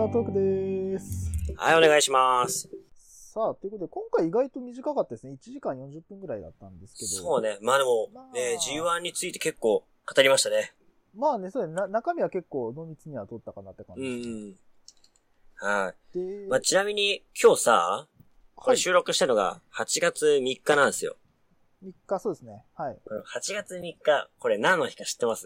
タートークでーす。 はい、お願いします。 さあ、ということで、今回意外と短かったですね。1時間40分くらいだったんですけど。 そうね。まあでも、G1 について結構語りましたね。 まあね、そうね。中身は結構濃密には通ったかなって感じですね。 はい。まあちなみに、今日さ、これ収録したのが8月3日なんですよ。 3日、そうですね。はい。 8月3日、これ何の日か知ってます？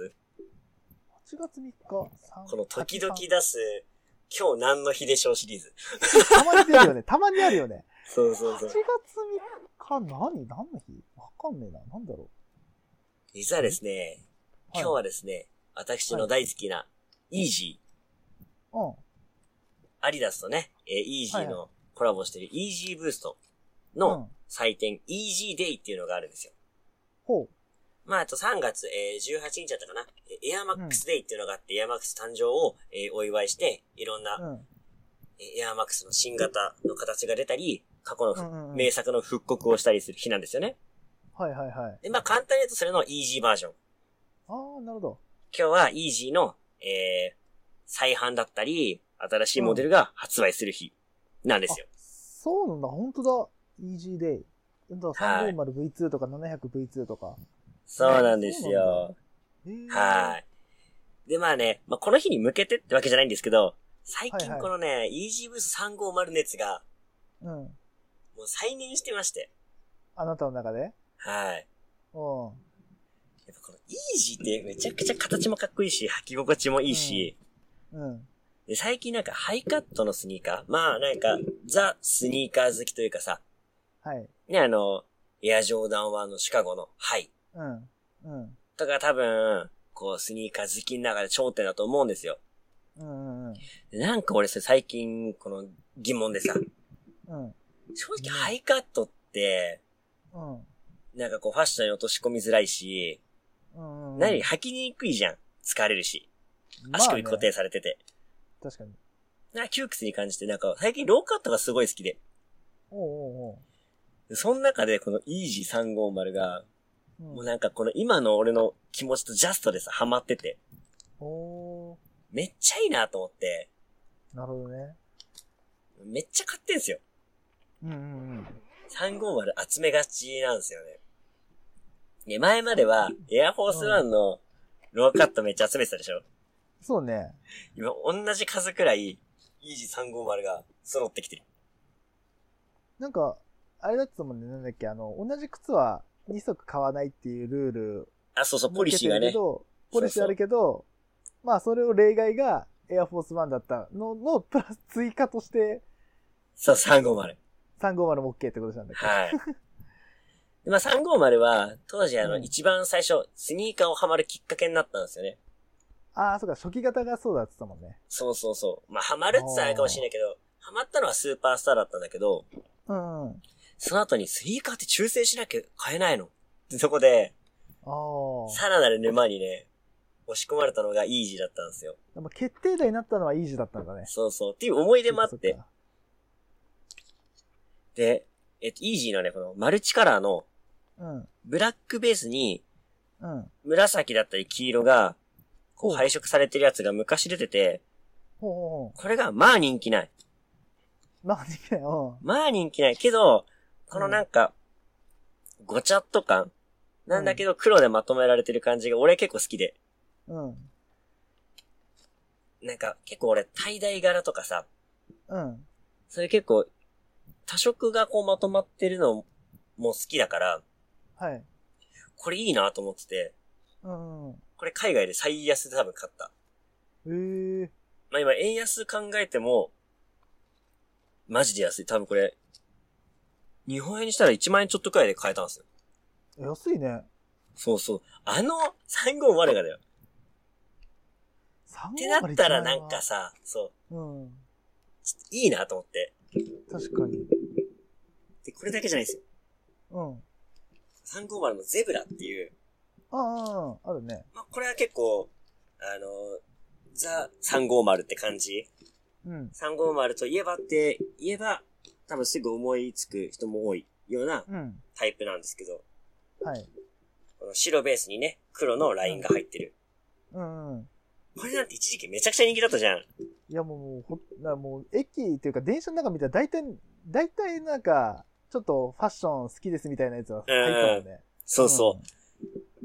8月3日、 この時々出す、今日何の日でしょうシリーズ。 たまに出るよね。たまにあるよね。 そうそうそう。 8月3日、何の日わかんねえな。なんだろう。 実はですね、今日はですね、私の大好きな、イージー。アディダスとね、イージーのコラボしてるイージーブーストの祭典、イージーデイっていうのがあるんですよ。 ほう。 まあ、あと3月、18日だったかな。エアマックスデイっていうのがあって、エアマックス誕生を、お祝いして、いろんな、エアマックスの新型の形が出たり、過去の名作の復刻をしたりする日なんですよね。 はいはいはい。 で、まあ、簡単に言うとそれのイージーバージョン。 ああ、なるほど。 今日はイージーの、再販だったり、新しいモデルが発売する日なんですよ。 そうなんだ、本当だ。イージーデイ。350V2 とか 700V2 とか。 そうなんですよ。はい。で、まあね、まあ、この日に向けてってわけじゃないんですけど、最近このね、イージーブース350熱が、もう再燃してまして。 あなたの中で？ はい。 やっぱこのイージーってめちゃくちゃ形もかっこいいし、履き心地もいいし、で最近なんかハイカットのスニーカー、まあなんか、ザ・スニーカー好きというかさ、ね、エアジョーダン1のシカゴのハイ。とか多分、こう、スニーカー好きの中で頂点だと思うんですよ。でなんか俺最近、この疑問でさ、正直ハイカットって、なんかこうファッションに落とし込みづらいし、履きにくいじゃん。疲れるし。足首固定されてて。 確かに。 なんか窮屈に感じて、なんか最近ローカットがすごい好きで。その中でこのイージー350が、もうなんかこの今の俺の気持ちとジャストでさ、ハマってて。めっちゃいいなと思って。 なるほどね。 めっちゃ買ってんすよ。350集めがちなんですよね。で、前までは、エアフォースワンのローカットめっちゃ集めてたでしょ？ そうね。 今、同じ数くらい、イージー350が揃ってきてる。 なんか、あれだったもんね、なんだっけ、同じ靴は2足買わないっていうルール。 そうそう、ポリシーがね。 ポリシーあるけど、まあ、それを例外がエアフォースワンだったのプラス追加として、 そう、350。 350も OK ってことなんだっけ。 はい。まあ、350は、当時一番最初、スニーカーをハマるきっかけになったんですよね。 そうか、初期型がそうだって言ったもんね。 そうそうそう。まあ、ハマるって言ったらあれかもしれないけど、ハマったのはスーパースターだったんだけど、その後にスニーカーって抽選しなきゃ買えないのってとこで、さらなる沼にね、押し込まれたのがイージーだったんですよ。 決定打になったのはイージーだったんだね。 そうそう。っていう思い出もあって。で、イージーのね、このマルチカラーの、ブラックベースに、紫だったり黄色が、こう配色されてるやつが昔出てて、これがまあ人気ない。まあ人気ないけど、このなんか、ごちゃっと感なんだけど黒でまとめられてる感じが俺結構好きで。なんか結構俺tie dye柄とかさ、それ結構多色がこうまとまってるのも好きだから、これいいなと思ってて、これ海外で最安で多分買った。まあ今円安考えても、マジで安い。多分これ、日本円にしたら1万円ちょっとくらいで買えたんですよ。 安いね。 そうそう。350がだよ。ってなったらなんかさ、そう。いいなと思って。 確かに。 で、これだけじゃないですよ。350のゼブラっていう。 あるね。 まあ、これは結構、ザ350って感じ。350といえば多分すぐ思いつく人も多いようなタイプなんですけど。この白ベースにね、黒のラインが入ってる。これなんて一時期めちゃくちゃ人気だったじゃん。 いやもう、もう、駅っていうか電車の中見たら大体なんか、ちょっとファッション好きですみたいなやつは入ったもんね。 そうそう。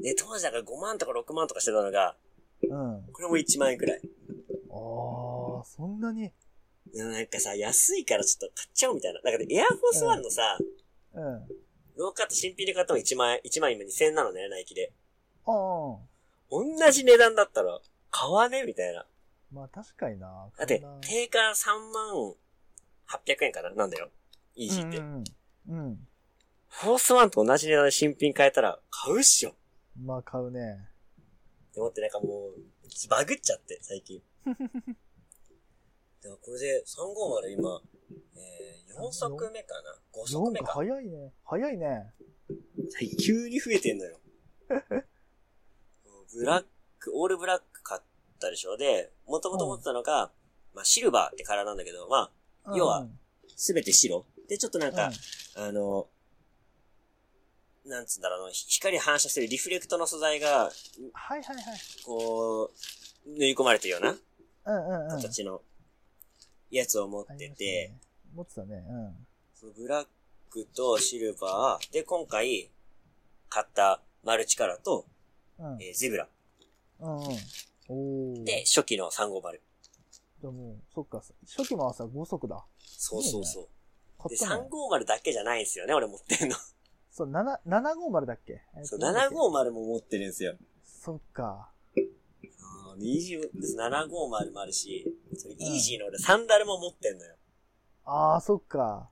で、当時だから5万とか6万とかしてたのが、 うん。 これも1万円くらい。 ああ、そんなに。 なんかさ、安いからちょっと買っちゃおうみたいな。だからエアフォースワンのさ、 うん。 ローカット新品で買っても1万今2000円なのね、ナイキで。 ああ。 同じ値段だったら、買わねみたいな。 まあ確かにな。 だって、定価3万800円かななんだよ。イージーって。 うん。 フォースワンと同じ値段で新品買えたら、買うっしょ。 まあ買うね。 って思ってなんかもう、バグっちゃって、最近。でもこれで350今、4足目かな ?5 足目か。 早いね。早いね。 急に増えてんのよ。オールブラック買ったでしょ。で、もともと持ってたのが、まあシルバーってカラーなんだけど、まあ、要は、すべて白。で、ちょっとなんか、なんつうんだろうな、光反射してるリフレクトの素材が、 はいはいはい。 こう、縫い込まれてるような、 形のやつを持ってて、 持ってたね。 そのブラックとシルバーで今回買ったマルチカラーと、ゼブラ。で、初期の350。 でも、そっか、初期もさ、5足だ。 そうそうそう。で、350だけじゃないんですよね、俺持ってんの。 そう、750だっけ？ そう、750も持ってるんですよ。 そっか。 750もあるし、それイージーの俺サンダルも持ってんのよ。 ああ、そっか。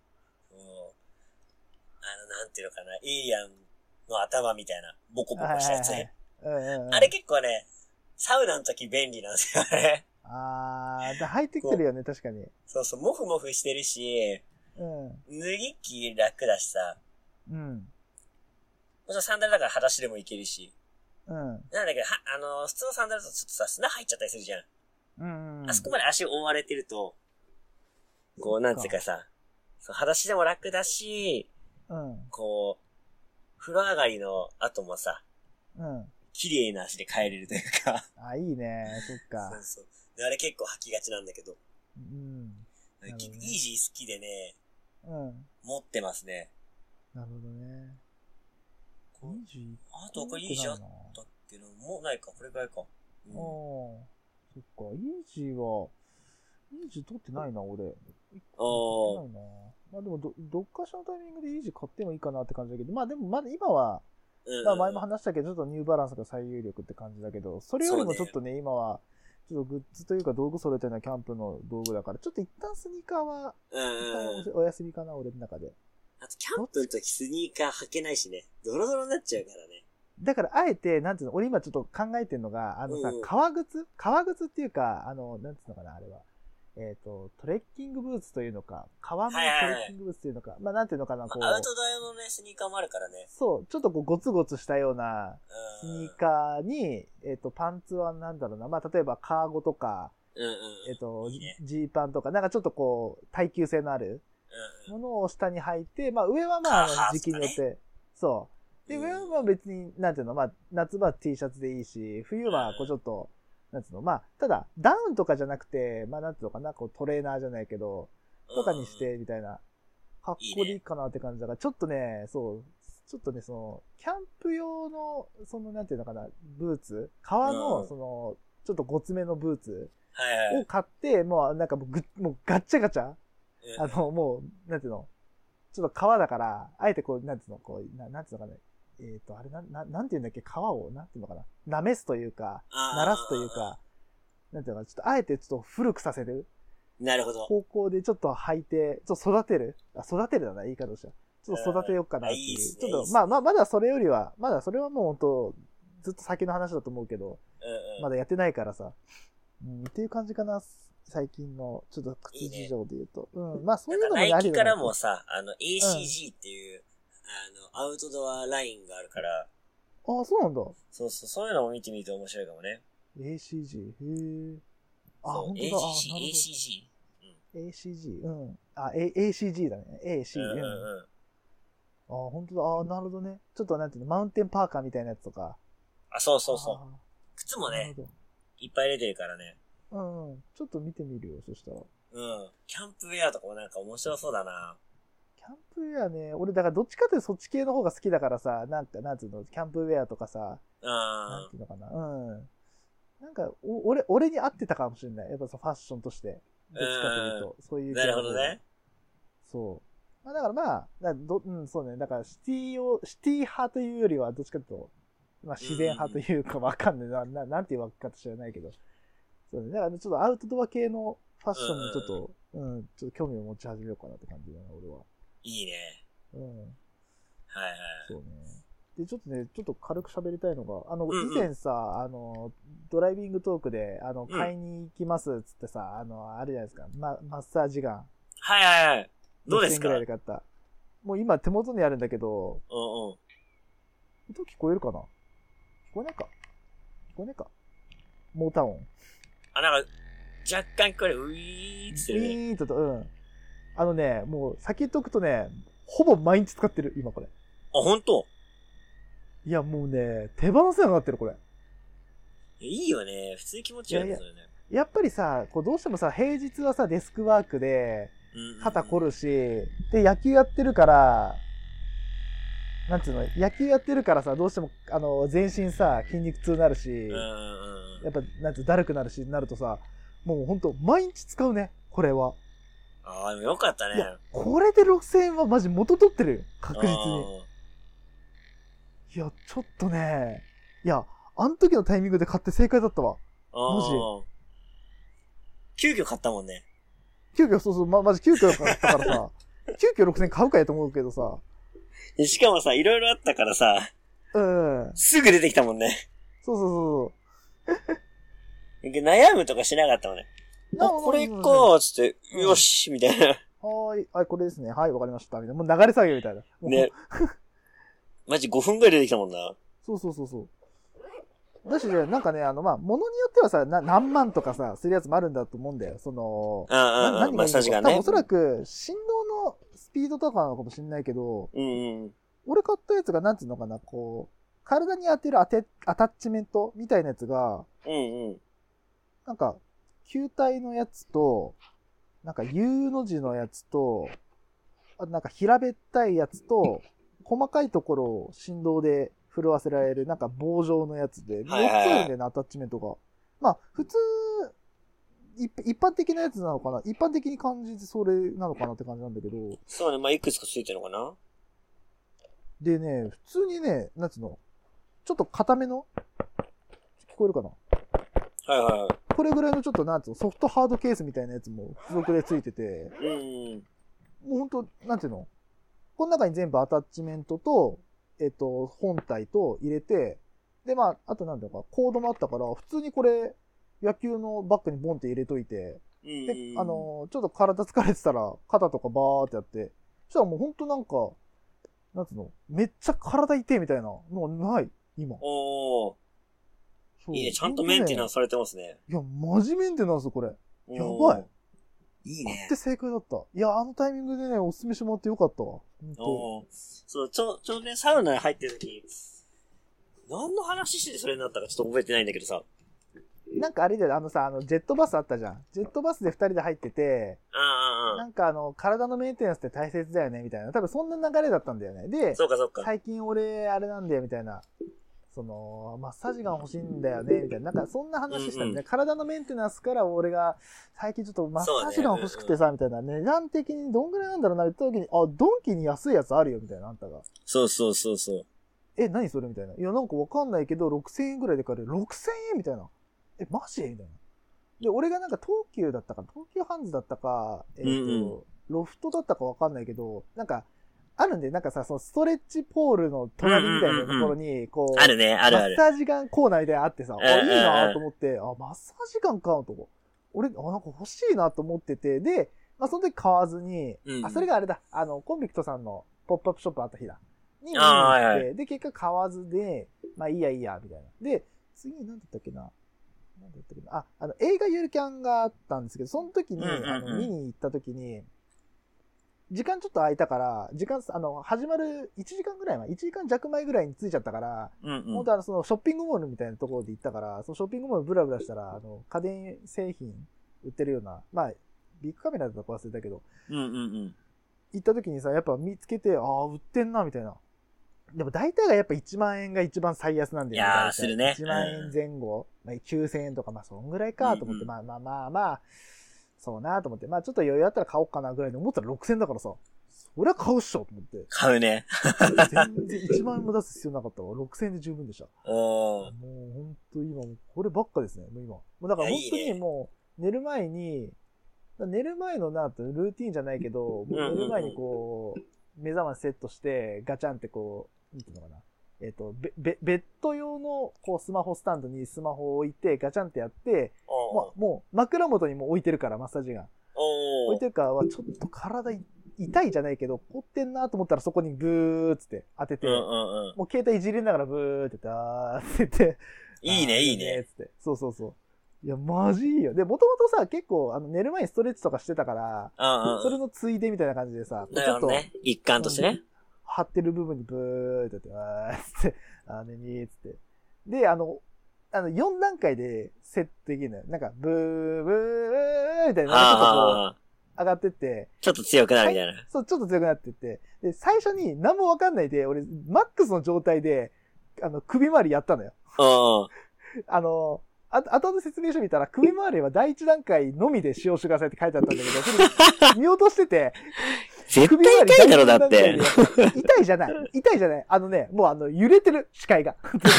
なんていうのかな、エイリアンの頭みたいな、ボコボコしたやつね。あれ結構ね、サウナの時便利なんですよね。 入ってきてるよね、確かに。 そうそう、モフモフしてるし、脱ぎ着楽だしさ。もちろんサンダルだから裸足でもいけるし。なんだけど、普通のサンダルだとちょっとさ、砂入っちゃったりするじゃん。あそこまで足覆われてると、こう、なんていうかさ、裸足でも楽だし、こう、風呂上がりの後もさ、綺麗な足で帰れるというか。 いいね、そっか。 そうそう。であれ結構履きがちなんだけど。イージー好きでね、持ってますね。 なるほどね。イージーあとこれイージーあったっけなもうないか、これぐらいか。 そっか、イージー取ってないな、俺。取ってないな。まあでもどっかしらのタイミングでイージー買ってもいいかなって感じだけど、まあでもまだ今は、まあ前も話したけど、ちょっとニューバランスが最有力って感じだけど、それよりもちょっとね、今は、ちょっとグッズというか道具揃えてるのはキャンプの道具だから、ちょっと一旦スニーカーは、お休みかな、俺の中で。 あと、キャンプの時スニーカー履けないしね。ドロドロになっちゃうからね。 だから、あえて、なんていうの、俺今ちょっと考えてるのが、革靴っていうか、なんていうのかな、あれは。トレッキングブーツというのか、革のトレッキングブーツというのか、まあなんていうのかな、こう。 アウトドア用のね、スニーカーもあるからね。 そう、ちょっとこう、ゴツゴツしたような、スニーカーに、パンツはなんだろうな、まあ例えばカーゴとか、ジーパンとか、なんかちょっとこう、耐久性のあるものを下に履いて、まあ上はまあ時期によって、そう。で、上はまあ別に、なんていうの、まあ夏場は T シャツでいいし、冬はこうちょっと、なんつうの、まあ、ただ、ダウンとかじゃなくて、まあなんていうのかな、こうトレーナーじゃないけど、とかにして、みたいな、かっこいいかなって感じだから、ちょっとね、キャンプ用の、なんていうのかな、ブーツ革の、ちょっとごつめのブーツを買って、もうなんかもうガッチャガチャもう、なんていうの、ちょっと革だから、あえてこう、なんていうの、こう、なんていうのかな、あれなんていうんだっけ、皮を、なんていうのかな、舐めすというか、鳴らすというか、なんていうのかな、ちょっとあえてちょっと古くさせる。 なるほど。 方向でちょっと履いて、ちょっと育てるだな、言い方としては。ちょっと育てようかなっていう。ちょっと、まだそれよりは、まだそれはもう本当ずっと先の話だと思うけど、まだやってないからさ。っていう感じかな、最近の、ちょっと靴事情で言うと。まあそういうのもね。ナイキからもさ、ACG っていう、アウトドアラインがあるから。 そうなんだ。 そういうのも見てみると面白いかもね。 ACG? へえ。 本当だ。ACG? ACG? ACG だね。AC。本当だ。なるほどね。ちょっとなんていうの、マウンテンパーカーみたいなやつとか。 そう。靴もね、いっぱい出てるからね。 うん。ちょっと見てみるよ、そしたら。 うん。キャンプウェアとかもなんか面白そうだな。 キャンプウェアね、俺だからどっちかっていうとそっち系の方が好きだからさ、なんか、なんつうの、キャンプウェアとかさ、なんていうのかな、うん。なんか、俺に合ってたかもしれない。やっぱさ、ファッションとして。どっちかというと、そういう系の方が。 なるほどね。 そう。まあだからまあ、そうね。だからシティ派というよりは、どっちかというと、まあ自然派というかわかんないなんていう分け方知らないけど。そうね。だからちょっとアウトドア系のファッションにちょっと、ちょっと興味を持ち始めようかなって感じだな、俺は。 いいね。 うん。 はいはい。 そうね。で、ちょっと軽く喋りたいのが、以前さ、ドライビングトークで、買いに行きますっつってさ、あるじゃないですか。マッサージガン。 はいはいはい。どうですか？ 1000円ぐらいで買った。もう今手元にあるんだけど、 うんうん。 音聞こえるかな？聞こえないか？聞こえないか？モーター音。 なんか、若干これ、ウィーってるね。 ウィーンと、もう先言っとくとね、ほぼ毎日使ってる、今これ。あ、 本当？ いや、もうね、手放せなくなってる、これ。 いいよね。普通に気持ちいいよね、それね。 やっぱりさ、こうどうしてもさ、平日はさ、デスクワークで、肩凝るし、で、野球やってるから、なんつうの、野球やってるからさ、どうしても、全身さ、筋肉痛になるし、やっぱ、なんつう、だるくなるし、なるとさ、もうほんと、毎日使うね、これは。 ああ、でもよかったね。いや、 これで6000円はマジ元取ってるよ、確実に。いや、ちょっとね、いや、あの時のタイミングで買って正解だったわ。マジ。 急遽買ったもんね。 急遽、そう、マジ急遽買ったからさ、急遽6000円買うかやと思うけどさ。 しかもさ、いろいろあったからさ、すぐ出てきたもんね。 そう。 悩むとかしなかったもんね。これかつって、よしみたいな。 はい、これですね。はい、わかりました。みたいな。もう流れ作業みたいな。 ね。マジ5分くらい出てきたもんな。 そう。だしね、なんかね、物によってはさ、何万とかさ、するやつもあるんだと思うんだよ。何マッサージがね。 多分おそらく、振動のスピードとかなのかもしれないけど、俺買ったやつが、なんつうのかな、こう、体に当てるアタッチメントみたいなやつが、なんか、球体のやつと、なんか U の字のやつと、なんか平べったいやつと、細かいところを振動で震わせられる、なんか棒状のやつで、4つあるんだよね、アタッチメントが。まあ、普通、一般的なやつなのかな？一般的に感じてそれなのかなって感じなんだけど。 そうね、まあ、いくつかついてるのかな？ でね、普通にね、なんつうの、ちょっと硬めの、聞こえるかな？これぐらいのちょっとなんつうの、ソフトハードケースみたいなやつも付属でついてて、もうほんと、なんていうの？この中に全部アタッチメントと、本体と入れて、で、まあ、あとなんだか、コードもあったから、普通にこれ、野球のバッグにボンって入れといて、で、ちょっと体疲れてたら、肩とかバーってやって、そしたらもうほんとなんか、なんつうの、めっちゃ体痛いみたいなのがない、今。 いいね、ちゃんとメンテナンスされてますね。 いや、マジメンテナンスこれ。やばい。 いいね。 買って正解だった。いや、あのタイミングでね、おすすめしてもらってよかったわ。 そう、ちょうどね、サウナに入ってる時、何の話してそれになったかちょっと覚えてないんだけどさ。 なんかあれだよ、ジェットバスあったじゃん。ジェットバスで2人で入ってて、なんか体のメンテナンスって大切だよね、みたいな。多分そんな流れだったんだよね。で、最近俺、あれなんだよ、みたいな。マッサージガン欲しいんだよね、みたいな。なんかそんな話したんね。体のメンテナンスから俺が、最近ちょっとマッサージガン欲しくてさ、みたいな。値段的にどんぐらいなんだろうな、言った時に、ドンキに安いやつあるよ、みたいな、あんたが。 そう。 何それみたいな。いや、なんかわかんないけど、6000円ぐらいで買える。6000円みたいな。マジみたいな。で、俺がなんか東急だったか、東急ハンズだったか、ロフトだったかわかんないけど、なんか、あるんで、なんかさ、そのストレッチポールの隣みたいなところに、こう、 あるね、ある。 マッサージガンコーナーみたいなのあってさ、いいなと思って、マッサージガンかと。俺、なんか欲しいなと思ってて、で、まあ、その時買わずに、それがあれだ、コンビクトさんのポップアップショップあった日だ。に見に行って、で、結果買わずで、まあいいや、みたいな。で、次なんだったっけな。映画ゆるキャンがあったんですけど、その時に、見に行った時に、 時間ちょっと空いたから、始まる1時間ぐらい前、1時間弱前ぐらいに着いちゃったから、本当そのショッピングモールみたいなところで行ったから、そのショッピングモールブラブラしたら、家電製品売ってるような、まあ、ビッグカメラだったか忘れたけど、行った時にさ、やっぱ見つけて、ああ、売ってんな、みたいな。でも大体がやっぱ1万円が一番最安なんだよね。 いやー、するね。 1万円前後、まあ、9000円とか、まあ、そんぐらいかと思って、まあ、そうなと思って、まあちょっと余裕あったら買おうかなぐらいに思ったら6000円だからさ、そりゃ買うっしょと思って。 買うね。 全然1万円も出す必要なかったわ。6000円で十分でした。もうほんと今、こればっかですね、もう今。もうだから本当にもう、寝る前のルーティンじゃないけど、寝る前にこう、目覚ましセットして、ガチャンってこう、なんていうのかな。ベッド用のこうスマホスタンドにスマホを置いてガチャンってやって、もう枕元にも置いてるからマッサージが。置いてるからはちょっと体痛いじゃないけど、凝ってんなと思ったらそこにブーつって当てて、もう携帯いじりながらブーってあーって言って。 いいね、いいね。 つって。そう。いや、マジいいよ。で、もともとさ、結構寝る前にストレッチとかしてたから、それのついでみたいな感じでさ、 ちょっとね、一環としてね。 張ってる部分にブーってやって、あーつって、眠いつって。で、4段階でセットできるのよ。なんか、ブー、ブー、みたいな、ちょっとこう、上がってって。 ちょっと強くなるみたいな。 そう、ちょっと強くなってって。で、最初に何もわかんないで、俺、マックスの状態で、首周りやったのよ。後の説明書見たら、首周りは第一段階のみで使用してくださいって書いてあったんだけど、それ見落としてて、 絶対痛いだろ、だって。 痛いじゃない。もう揺れてる、視界が。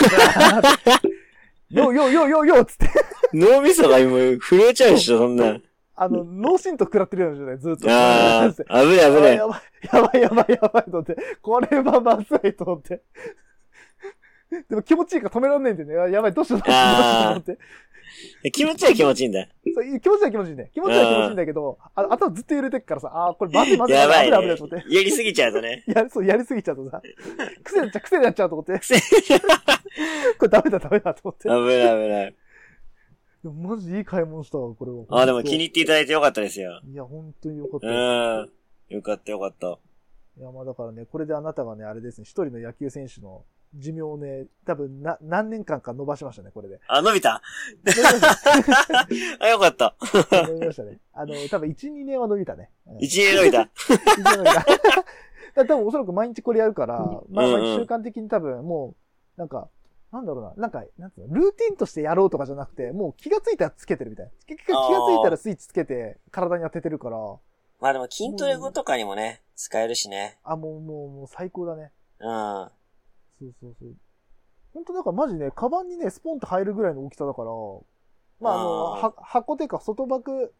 よつって。 脳みそが今、震えちゃうでしょ、そんな。 脳震盪食らってるような状態、ずっと。 危ない。 やばいと思って。これはまずいと思って。でも気持ちいいから止めらんないんでね。やばい、どうしようと思って。 気持ちは気持ちいいんだ。 そう、気持ちは気持ちいいね。気持ちは気持ちいいんだけど、頭ずっと揺れてっからさ、これまずい、 やばい、ね。 危ないと思って。 やりすぎちゃうとね。 やりすぎちゃうとさ、癖になっちゃうと思って。これダメだと思って。 危ない。 でもマジいい買い物したわ、これは。 でも気に入っていただいてよかったですよ。 いや、本当によかった。 よかった。 いや、まあだからね、これであなたがね、あれですね、一人の野球選手の寿命をね、多分何年間か伸ばしましたね、これで。 伸びたよかった。 伸びましたね。多分1、2年は伸びたね。 1、2年伸びた。 多分おそらく毎日これやるから、まあ習慣的に多分もう、なんか、なんだろうな、なんつうの、ルーティンとしてやろうとかじゃなくて、もう気がついたらつけてるみたいな。気がついたらスイッチつけて体に当ててるから。 まあでも筋トレ後とかにもね、使えるしね。 もう最高だね。 そう。 本当だからマジね、カバンにね、スポンと入るぐらいの大きさだから、まあ箱っていうか外箱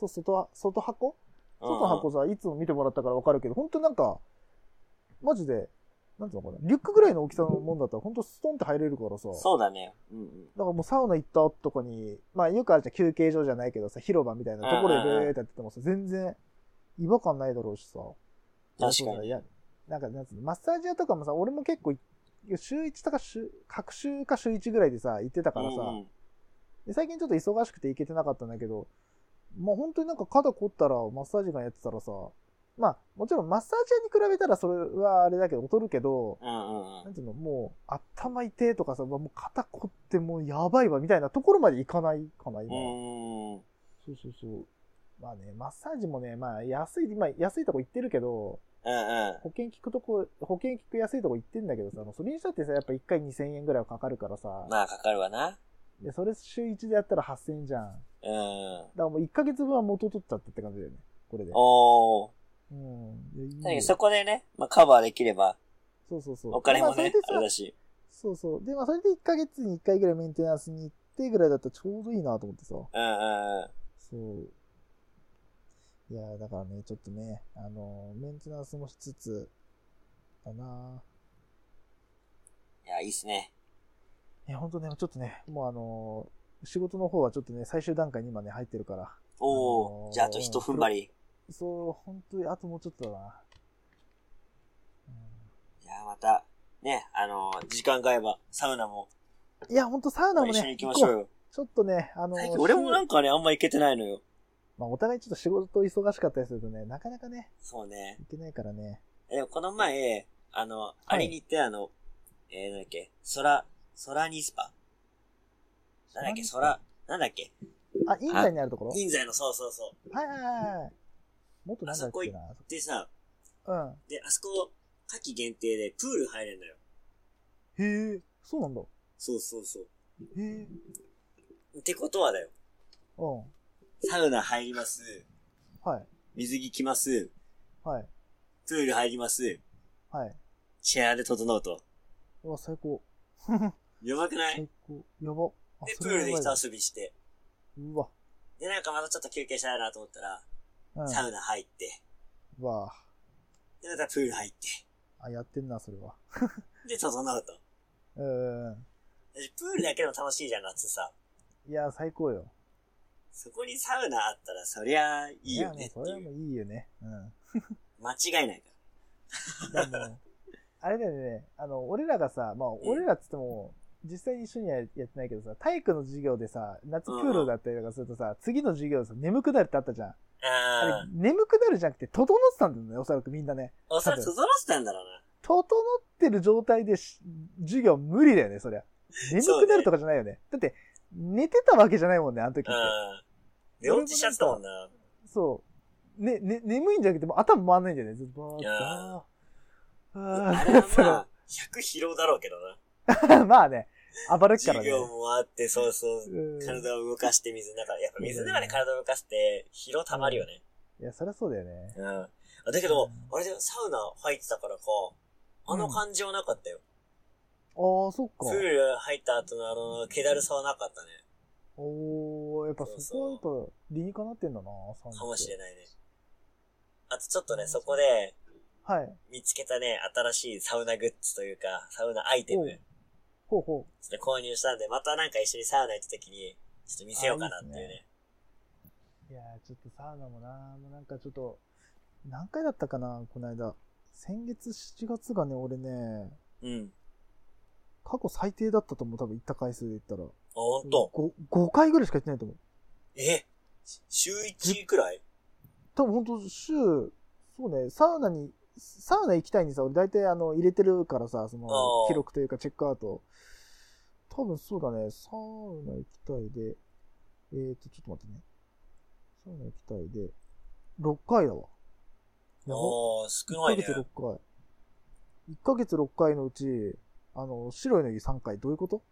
外の箱さ、いつも見てもらったからわかるけど、本当なんか、マジで、なんていうのかな、リュックぐらいの大きさのもんだったら、本当ストンって入れるからさ。 そうだね。 だからもうサウナ行った後とかに、まあよくあるじゃん、休憩所じゃないけどさ、広場みたいなところでブーってやっててもさ、全然違和感ないだろうしさ。 確かに。 なんか、なんつうの、マッサージ屋とかもさ、俺も結構、週1とか各週か週1ぐらいでさ、行ってたからさ、で最近ちょっと忙しくて行けてなかったんだけど、まあ本当になんか肩凝ったらマッサージガンやってたらさ、まあもちろんマッサージ屋に比べたらそれはあれだけど劣るけど、なんていうの、もう頭痛いとかさ、もう肩凝ってもうやばいわみたいなところまでいかないかな、今。そう。まあね、マッサージもね、まあ安いとこ行ってるけど、保険聞く安いとこ行ってんだけどさ、それにしたってさ、やっぱ1回2000円ぐらいはかかるからさ。 まあかかるわな。 で、それ週1でやったら8000円じゃん。だからもう1ヶ月分は元取っちゃったって感じだよね。これで。 確かにそこでね、まあカバーできれば。 そう。 お金もね、あれだし。 そう。で、まあそれで1ヶ月に1回ぐらいメンテナンスに行ってぐらいだったらちょうどいいなと思ってさ。そう。いやだからね、ちょっとね、メンテナンスもしつつ、だな。 いや、いいっすね。 いや、ほんとね、ちょっとね、もう仕事の方はちょっとね、最終段階に今ね、入ってるから。 じゃああと一踏ん張り。 そう、ほんとに、あともうちょっとだな。 いや、また、ね、時間が合えば、サウナも。 いや、ほんとサウナもね、 一緒に行きましょうよ。 ちょっとね、 俺もなんかね、あんま行けてないのよ。 まあお互いちょっと仕事忙しかったりするとね、なかなかね。 そうね。 いけないからね。 でもこの前、あれに行ってなんだっけ、空ニスパなんだっけ、なんだっけ。 あ、印西にあるところ？ 印西の、そうそうそう。はいはいはい。もっとなんだっけな。 あそこ行ってさ、 うん。 で、あそこ、夏季限定でプール入れんのよ。 へえ、そうなんだ。 そうそうそう。 へえ。ってことはだよ。 うん。 サウナ入ります。 はい。 水着着ます。 はい。 プール入ります。 はい。 チェアで整うと。 うわ、最高。 やばくない？ 最高。やば。 で、プールで一遊びして。 うわ。 で、なんかまたちょっと休憩したいなと思ったら、サウナ入って。 うわ。 で、またプール入って。 あ、やってんな、それは。 で、整うと。プールだけでも楽しいじゃん、夏さ。 いや、最高よ。 そこにサウナあったら、そりゃいいよねっていう。 それはもういいよね。うん。 間違いないから。 でも、あれだよね、俺らがさ、まあ、俺らっつっても、実際に一緒にはやってないけどさ、体育の授業でさ、夏プールだったりとかするとさ、次の授業でさ、眠くなるってあったじゃん。あれ、眠くなるじゃなくて、整ってたんだよね、おそらくみんなね。 おそらく整ってたんだろうな。 整ってる状態で授業無理だよね、そりゃ。眠くなるとかじゃないよね。だって、寝てたわけじゃないもんね、あの時って。 寝落ちしちゃったもんな。 そう。眠いんじゃなくて、もう頭回んないんだよね、ずっと。 あれはまあ、100疲労だろうけどな。まあね、暴れっからね。 授業もあって、そうそう、体を動かして水の中で、やっぱ水の中で体を動かして疲労溜まるよね。 いや、そりゃそうだよね。 だけど、あれでサウナ入ってたからか、あの感じはなかったよ。 ああ、そっか。 プール入った後の気だるさはなかったね。 やっぱそこはやっぱ理にかなってんだな、 サウナ。かもしれないね。あとちょっとね、そこで、 はい。 見つけたね、新しいサウナグッズというか、サウナアイテム。 ほう。ちょっと購入したんで、またなんか一緒にサウナ行った時に、ちょっと見せようかなっていうね。 いやー、ちょっとサウナもな、もうなんかちょっと、何回だったかな、この間。先月7月がね、俺ね、過去最低だったと思う、多分行った回数で言ったら。 ほんと 5回ぐらいしか行ってないと思う。 週1くらい？ 多分ほんとそうね、サウナ行きたいにさ、俺大体入れてるからさ、その、記録というかチェックアウト。多分そうだね、サウナ行きたいで、ちょっと待ってね。サウナ行きたいで、6回だわ。 少ないね。 1ヶ月6回。1ヶ月6回のうち、白いの湯3回、どういうこと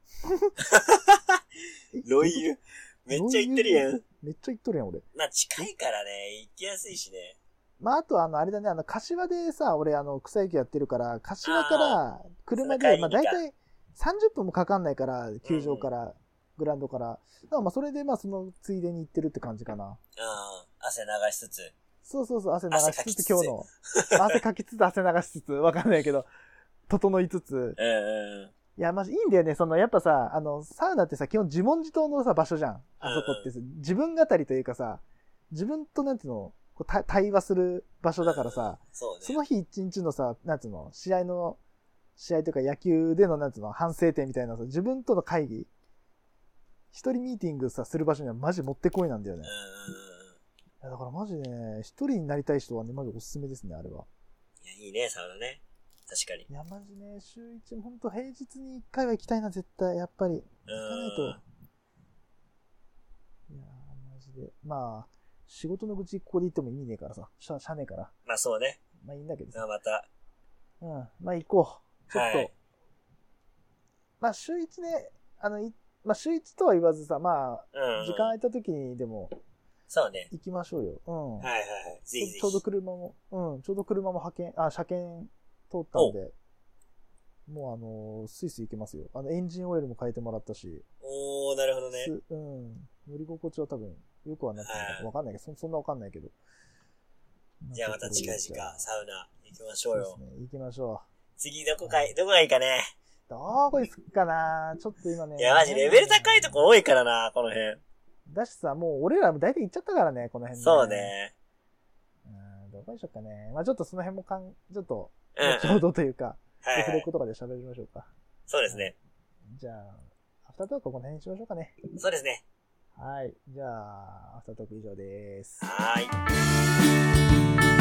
ロイユめっちゃ行ってるやん。 めっちゃ行っとるやん、俺。 まあ、近いからね、行きやすいしね。 まあ、あとあれだね、柏でさ、俺草野球やってるから、柏から車で、まあ大体30分もかかんないから、球場から、グラウンドから。だからまあそれでまあそのついでに行ってるって感じかな。 汗流しつつ。 そう、汗流しつつ、今日の。汗かきつつ、汗流しつつ、わかんないけど、整いつつ。いや、まじいいんだよね。やっぱさ、サウナってさ、基本自問自答のさ、場所じゃん。あそこって自分語りというかさ、自分となんていうの、対話する場所だからさ、その日一日のさ、なんていうの、試合というか野球でのなんていうの、反省点みたいなさ、自分との会議、一人ミーティングさ、する場所にはマジもってこいなんだよね。いやだからマジね、一人になりたい人はね、マジおすすめですね、あれは。 いや、いいね、サウナね。確かに。 いや、マジね、週1、ほんと平日に1回は行きたいな、絶対、やっぱり。行かないと。いやマジで。まあ、仕事の愚痴ここで言っても意味ねえからさ。しゃねえから。 まあそうね。 まあいいんだけどさ。 また。 まあ行こう。ちょっと。まあ週1ね、まあ週1とは言わずさ、まあ、時間空いた時にでも、 そうね。 行きましょうよ。 はい。ぜひ。 ちょうど車も車検通ったんで、もうスイスイ行けますよ。エンジンオイルも変えてもらったし。 なるほどね。 乗り心地は多分、よくはなってないかわかんないけど、そんなわかんないけど。 じゃあまた近々、サウナ行きましょうよ。 そうですね、行きましょう。 次どこがいいかね。 どこ行くかなちょっと今ね。 いや、マジレベル高いとこ多いからな、この辺。 だしさ、もう俺らも大体行っちゃったからね、この辺ね。 そうね。 どこにしようかね。まあちょっとその辺もちょっと、後ほどというか、オフレコとかで喋りましょうか。 そうですね。 じゃあ、アフタートークこの辺にしましょうかね。 そうですね。 はい。じゃあ、アフタートーク以上です。 はい。